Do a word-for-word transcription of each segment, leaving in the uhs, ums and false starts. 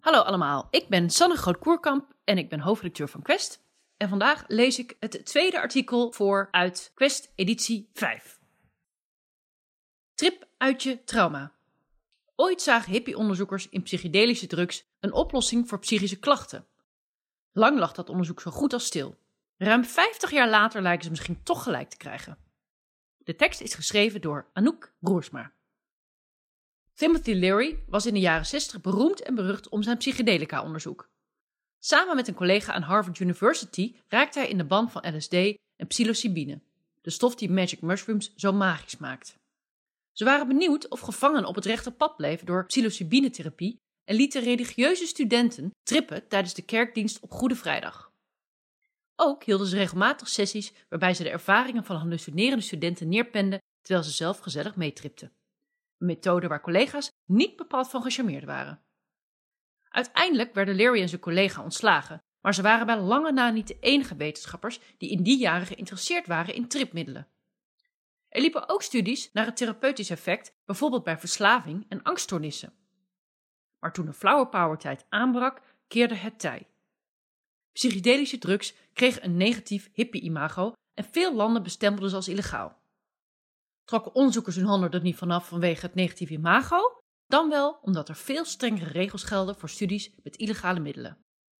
Hallo allemaal, ik ben Sanne Groot-Koerkamp en ik ben hoofdredacteur van Quest. En vandaag lees ik het tweede artikel voor uit Quest editie vijf. Trip uit je trauma. Ooit zagen hippie-onderzoekers in psychedelische drugs een oplossing voor psychische klachten. Lang lag dat onderzoek zo goed als stil. Ruim vijftig jaar later lijken ze misschien toch gelijk te krijgen. De tekst is geschreven door Anouk Broersma. Timothy Leary was in de jaren zestig beroemd en berucht om zijn psychedelica-onderzoek. Samen met een collega aan Harvard University raakte hij in de ban van L S D en psilocybine, de stof die magic mushrooms zo magisch maakt. Ze waren benieuwd of gevangenen op het rechte pad bleven door psilocybine-therapie en lieten religieuze studenten trippen tijdens de kerkdienst op Goede Vrijdag. Ook hielden ze regelmatig sessies waarbij ze de ervaringen van hallucinerende studenten neerpenden terwijl ze zelf gezellig meetripten. Een methode waar collega's niet bepaald van gecharmeerd waren. Uiteindelijk werden Leary en zijn collega ontslagen, maar ze waren bij lange na niet de enige wetenschappers die in die jaren geïnteresseerd waren in tripmiddelen. Er liepen ook studies naar het therapeutisch effect, bijvoorbeeld bij verslaving en angststoornissen. Maar toen de flower power tijd aanbrak, keerde het tij. Psychedelische drugs kregen een negatief hippie-imago en veel landen bestempelden ze als illegaal. Trokken onderzoekers hun handen er niet vanaf vanwege het negatieve imago, dan wel omdat er veel strengere regels gelden voor studies met illegale middelen.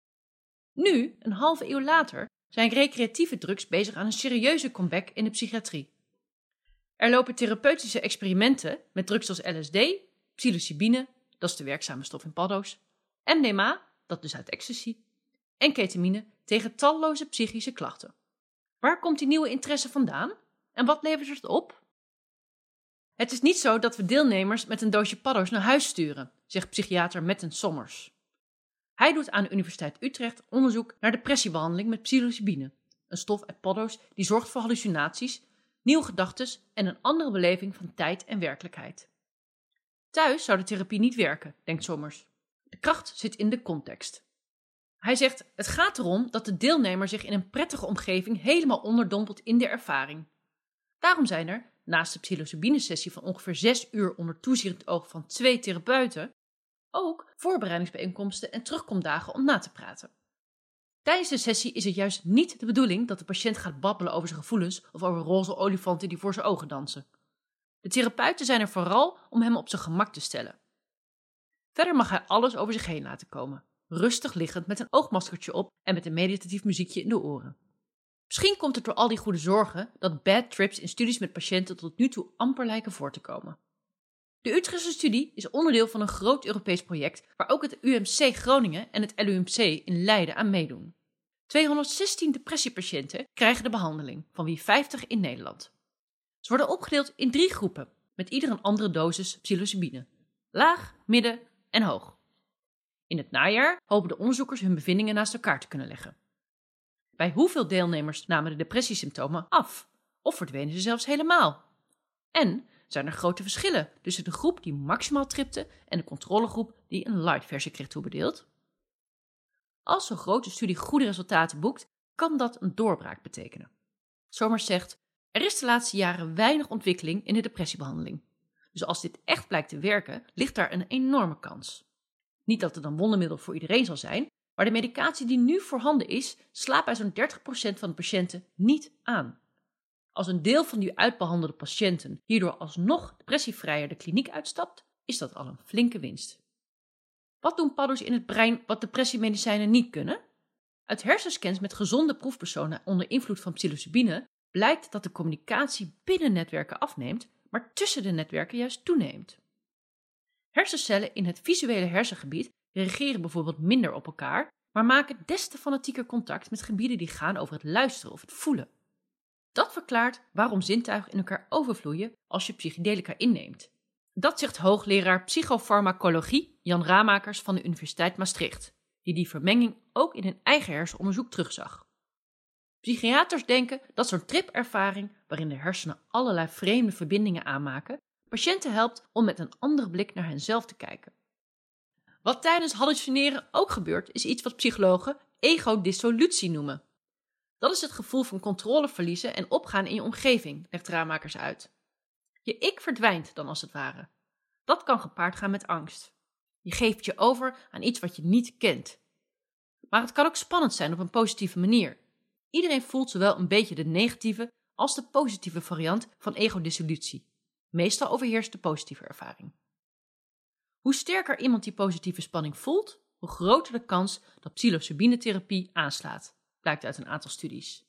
Nu, een halve eeuw later, zijn recreatieve drugs bezig aan een serieuze comeback in de psychiatrie. Er lopen therapeutische experimenten met drugs als L S D, psilocybine, dat is de werkzame stof in paddo's, M D M A, dat dus uit ecstasy, en ketamine tegen talloze psychische klachten. Waar komt die nieuwe interesse vandaan en wat levert het op? Het is niet zo dat we deelnemers met een doosje paddo's naar huis sturen, zegt psychiater Metten Sommers. Hij doet aan de Universiteit Utrecht onderzoek naar depressiebehandeling met psilocybine, een stof uit paddo's die zorgt voor hallucinaties, nieuwe gedachtes en een andere beleving van tijd en werkelijkheid. Thuis zou de therapie niet werken, denkt Sommers. De kracht zit in de context. Hij zegt, het gaat erom dat de deelnemer zich in een prettige omgeving helemaal onderdompelt in de ervaring. Daarom zijn er, naast de psilocybine-sessie van ongeveer zes uur onder toezicht oog van twee therapeuten, ook voorbereidingsbijeenkomsten en terugkomdagen om na te praten. Tijdens de sessie is het juist niet de bedoeling dat de patiënt gaat babbelen over zijn gevoelens of over roze olifanten die voor zijn ogen dansen. De therapeuten zijn er vooral om hem op zijn gemak te stellen. Verder mag hij alles over zich heen laten komen, rustig liggend met een oogmaskertje op en met een meditatief muziekje in de oren. Misschien komt het door al die goede zorgen dat bad trips in studies met patiënten tot nu toe amper lijken voor te komen. De Utrechtse studie is onderdeel van een groot Europees project waar ook het U M C Groningen en het L U M C in Leiden aan meedoen. tweehonderdzestien depressiepatiënten krijgen de behandeling, van wie vijftig in Nederland. Ze worden opgedeeld in drie groepen, met ieder een andere dosis psilocybine. Laag, midden en hoog. In het najaar hopen de onderzoekers hun bevindingen naast elkaar te kunnen leggen. Bij hoeveel deelnemers namen de depressiesymptomen af? Of verdwenen ze zelfs helemaal? En zijn er grote verschillen tussen de groep die maximaal tripte en de controlegroep die een light versie kreeg toebedeeld? Als zo'n grote studie goede resultaten boekt, kan dat een doorbraak betekenen. Sommers zegt, er is de laatste jaren weinig ontwikkeling in de depressiebehandeling. Dus als dit echt blijkt te werken, ligt daar een enorme kans. Niet dat het een wondermiddel voor iedereen zal zijn, maar de medicatie die nu voorhanden is, slaat bij zo'n dertig procent van de patiënten niet aan. Als een deel van die uitbehandelde patiënten hierdoor alsnog depressievrijer de kliniek uitstapt, is dat al een flinke winst. Wat doen paddo's in het brein wat depressiemedicijnen niet kunnen? Uit hersenscans met gezonde proefpersonen onder invloed van psilocybine blijkt dat de communicatie binnen netwerken afneemt, maar tussen de netwerken juist toeneemt. Hersencellen in het visuele hersengebied reageren bijvoorbeeld minder op elkaar, maar maken des te fanatieker contact met gebieden die gaan over het luisteren of het voelen. Dat verklaart waarom zintuigen in elkaar overvloeien als je psychedelica inneemt. Dat zegt hoogleraar psychofarmacologie Jan Ramakers van de Universiteit Maastricht, die die vermenging ook in hun eigen hersenonderzoek terugzag. Psychiaters denken dat zo'n tripervaring, waarin de hersenen allerlei vreemde verbindingen aanmaken, patiënten helpt om met een andere blik naar henzelf te kijken. Wat tijdens hallucineren ook gebeurt, is iets wat psychologen ego-dissolutie noemen. Dat is het gevoel van controle verliezen en opgaan in je omgeving, legt Ramakers uit. Je ik verdwijnt dan als het ware. Dat kan gepaard gaan met angst. Je geeft je over aan iets wat je niet kent. Maar het kan ook spannend zijn op een positieve manier. Iedereen voelt zowel een beetje de negatieve als de positieve variant van egodissolutie. Meestal overheerst de positieve ervaring. Hoe sterker iemand die positieve spanning voelt, hoe groter de kans dat psilocybine-therapie aanslaat, blijkt uit een aantal studies.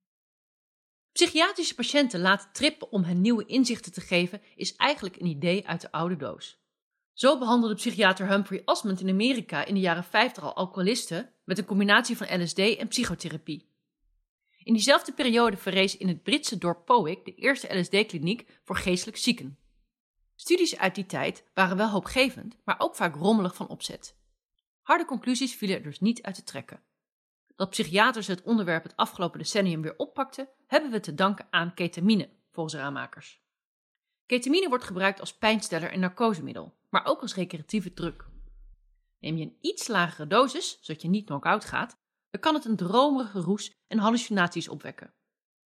Psychiatrische patiënten laten trippen om hen nieuwe inzichten te geven is eigenlijk een idee uit de oude doos. Zo behandelde psychiater Humphrey Osmond in Amerika in de jaren vijftig al alcoholisten met een combinatie van L S D en psychotherapie. In diezelfde periode verrees in het Britse dorp Powys de eerste L S D-kliniek voor geestelijk zieken. Studies uit die tijd waren wel hoopgevend, maar ook vaak rommelig van opzet. Harde conclusies vielen er dus niet uit te trekken. Dat psychiaters het onderwerp het afgelopen decennium weer oppakten, hebben we te danken aan ketamine, volgens de aanmakers. Ketamine wordt gebruikt als pijnsteller en narcosemiddel, maar ook als recreatieve drug. Neem je een iets lagere dosis, zodat je niet knock-out gaat, dan kan het een dromerige roes en hallucinaties opwekken.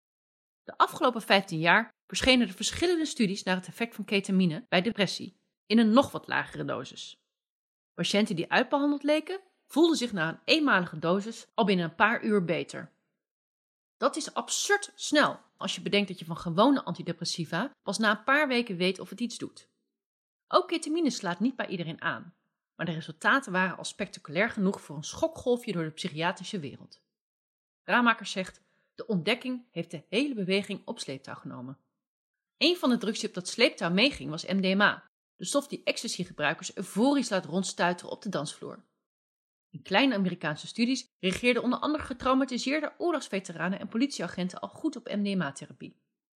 De afgelopen vijftien jaar verschenen er verschillende studies naar het effect van ketamine bij depressie, in een nog wat lagere dosis. Patiënten die uitbehandeld leken, voelden zich na een eenmalige dosis al binnen een paar uur beter. Dat is absurd snel als je bedenkt dat je van gewone antidepressiva pas na een paar weken weet of het iets doet. Ook ketamine slaat niet bij iedereen aan, maar de resultaten waren al spectaculair genoeg voor een schokgolfje door de psychiatrische wereld. Raamakers zegt, de ontdekking heeft de hele beweging op sleeptouw genomen. Een van de drugs die op dat sleeptouw meeging was M D M A, de stof die ecstasy-gebruikers euforisch laat rondstuiteren op de dansvloer. In kleine Amerikaanse studies reageerden onder andere getraumatiseerde oorlogsveteranen en politieagenten al goed op M D M A-therapie.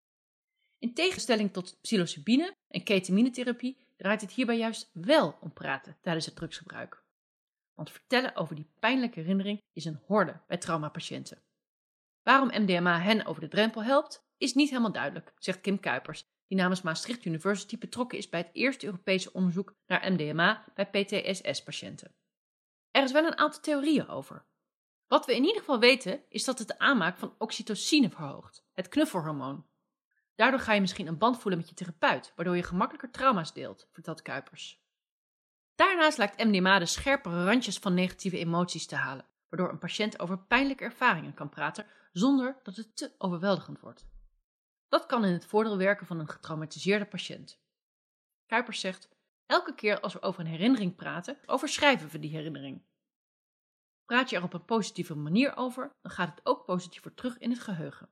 In tegenstelling tot psilocybine en ketaminetherapie draait het hierbij juist wel om praten tijdens het drugsgebruik. Want vertellen over die pijnlijke herinnering is een horde bij traumapatiënten. Waarom M D M A hen over de drempel helpt, is niet helemaal duidelijk, zegt Kim Kuipers, die namens Maastricht University betrokken is bij het eerste Europese onderzoek naar M D M A bij P T S S-patiënten. Er is wel een aantal theorieën over. Wat we in ieder geval weten is dat het de aanmaak van oxytocine verhoogt, het knuffelhormoon. Daardoor ga je misschien een band voelen met je therapeut, waardoor je gemakkelijker trauma's deelt, vertelt Kuipers. Daarnaast lijkt M D M A de scherpere randjes van negatieve emoties te halen, waardoor een patiënt over pijnlijke ervaringen kan praten zonder dat het te overweldigend wordt. Dat kan in het voordeel werken van een getraumatiseerde patiënt. Kuipers zegt, elke keer als we over een herinnering praten, overschrijven we die herinnering. Praat je er op een positieve manier over, dan gaat het ook positiever terug in het geheugen.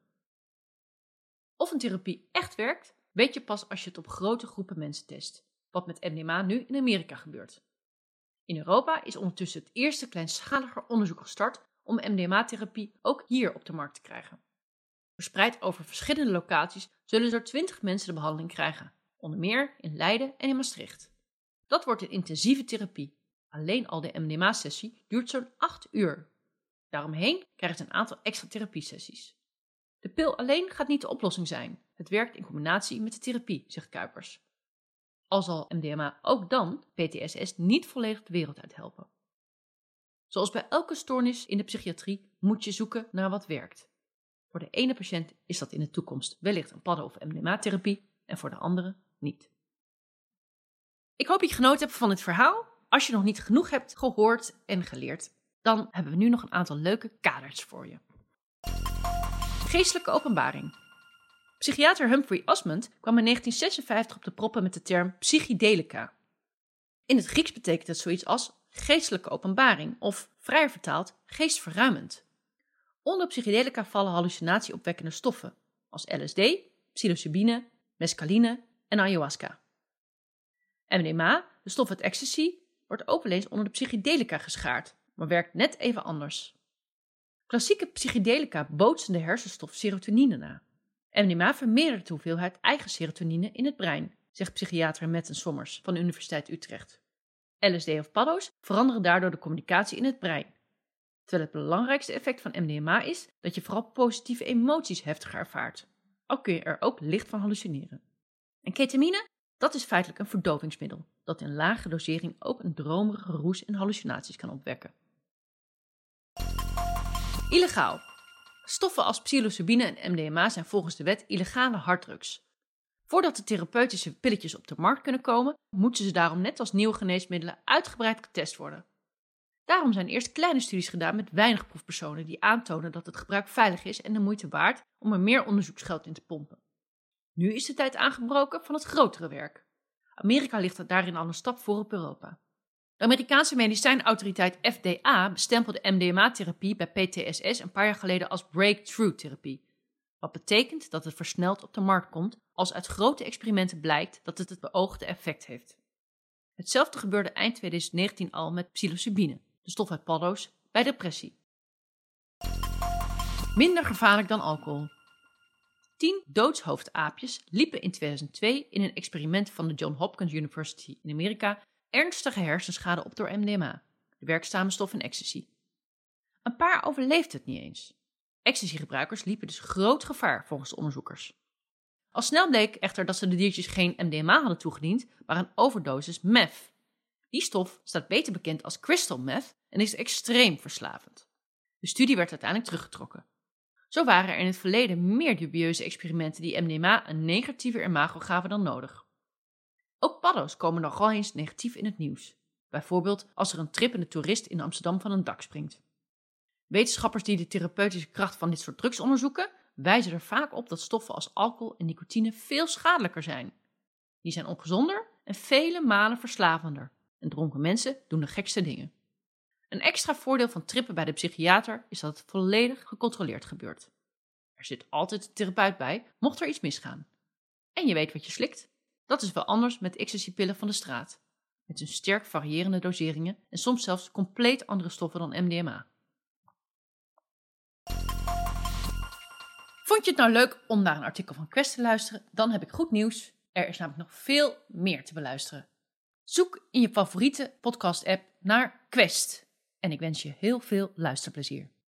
Of een therapie echt werkt, weet je pas als je het op grote groepen mensen test, wat met M D M A nu in Amerika gebeurt. In Europa is ondertussen het eerste kleinschaliger onderzoek gestart om M D M A-therapie ook hier op de markt te krijgen. Verspreid over verschillende locaties zullen er twintig mensen de behandeling krijgen, onder meer in Leiden en in Maastricht. Dat wordt een intensieve therapie. Alleen al de M D M A-sessie duurt zo'n acht uur. Daaromheen krijgt het een aantal extra therapiesessies. De pil alleen gaat niet de oplossing zijn. Het werkt in combinatie met de therapie, zegt Kuipers. Al zal M D M A ook dan P T S S niet volledig de wereld uit helpen. Zoals bij elke stoornis in de psychiatrie moet je zoeken naar wat werkt. Voor de ene patiënt is dat in de toekomst wellicht een padden- of M D M A-therapie en voor de andere niet. Ik hoop dat je genoten hebt van dit verhaal. Als je nog niet genoeg hebt gehoord en geleerd, dan hebben we nu nog een aantal leuke kaders voor je. Geestelijke openbaring. Psychiater Humphrey Osmond kwam in negentien zesenvijftig op de proppen met de term psychedelica. In het Grieks betekent het zoiets als geestelijke openbaring of, vrijer vertaald, geestverruimend. Onder psychedelica vallen hallucinatieopwekkende stoffen, als L S D, psilocybine, mescaline en ayahuasca. M D M A, de stof uit ecstasy, wordt ook wel eens onder de psychedelica geschaard, maar werkt net even anders. Klassieke psychedelica bootsen de hersenstof serotonine na. M D M A vermeerdert de hoeveelheid eigen serotonine in het brein, zegt psychiater Metten Sommers van de Universiteit Utrecht. L S D of paddo's veranderen daardoor de communicatie in het brein. Terwijl het belangrijkste effect van M D M A is dat je vooral positieve emoties heftiger ervaart. Al kun je er ook licht van hallucineren. En ketamine? Dat is feitelijk een verdovingsmiddel, dat in lage dosering ook een dromerige roes en hallucinaties kan opwekken. Illegaal. Stoffen als psilocybine en M D M A zijn volgens de wet illegale harddrugs. Voordat de therapeutische pilletjes op de markt kunnen komen, moeten ze daarom net als nieuwe geneesmiddelen uitgebreid getest worden. Daarom zijn eerst kleine studies gedaan met weinig proefpersonen die aantonen dat het gebruik veilig is en de moeite waard om er meer onderzoeksgeld in te pompen. Nu is de tijd aangebroken van het grotere werk. Amerika ligt daarin al een stap voor op Europa. De Amerikaanse medicijnautoriteit F D A bestempelde M D M A-therapie bij P T S S een paar jaar geleden als breakthrough-therapie. Wat betekent dat het versneld op de markt komt als uit grote experimenten blijkt dat het het beoogde effect heeft. Hetzelfde gebeurde eind twintig negentien al met psilocybine, de stof uit paddo's, bij depressie. Minder gevaarlijk dan alcohol. Tien doodshoofdaapjes liepen in tweeduizend twee in een experiment van de Johns Hopkins University in Amerika ernstige hersenschade op door M D M A, de werkzame stof in ecstasy. Een paar overleefden het niet eens. Ecstasy-gebruikers liepen dus groot gevaar volgens de onderzoekers. Al snel bleek echter dat ze de diertjes geen M D M A hadden toegediend, maar een overdosis meth. Die stof staat beter bekend als crystal meth en is extreem verslavend. De studie werd uiteindelijk teruggetrokken. Zo waren er in het verleden meer dubieuze experimenten die M D M A een negatiever imago gaven dan nodig. Ook paddo's komen nogal eens negatief in het nieuws. Bijvoorbeeld als er een trippende toerist in Amsterdam van een dak springt. Wetenschappers die de therapeutische kracht van dit soort drugs onderzoeken, wijzen er vaak op dat stoffen als alcohol en nicotine veel schadelijker zijn. Die zijn ongezonder en vele malen verslavender. En dronken mensen doen de gekste dingen. Een extra voordeel van trippen bij de psychiater is dat het volledig gecontroleerd gebeurt. Er zit altijd een therapeut bij, mocht er iets misgaan. En je weet wat je slikt. Dat is wel anders met ecstasypillen van de straat. Met hun sterk variërende doseringen en soms zelfs compleet andere stoffen dan M D M A. Vond je het nou leuk om naar een artikel van Quest te luisteren? Dan heb ik goed nieuws. Er is namelijk nog veel meer te beluisteren. Zoek in je favoriete podcast-app naar Quest. En ik wens je heel veel luisterplezier.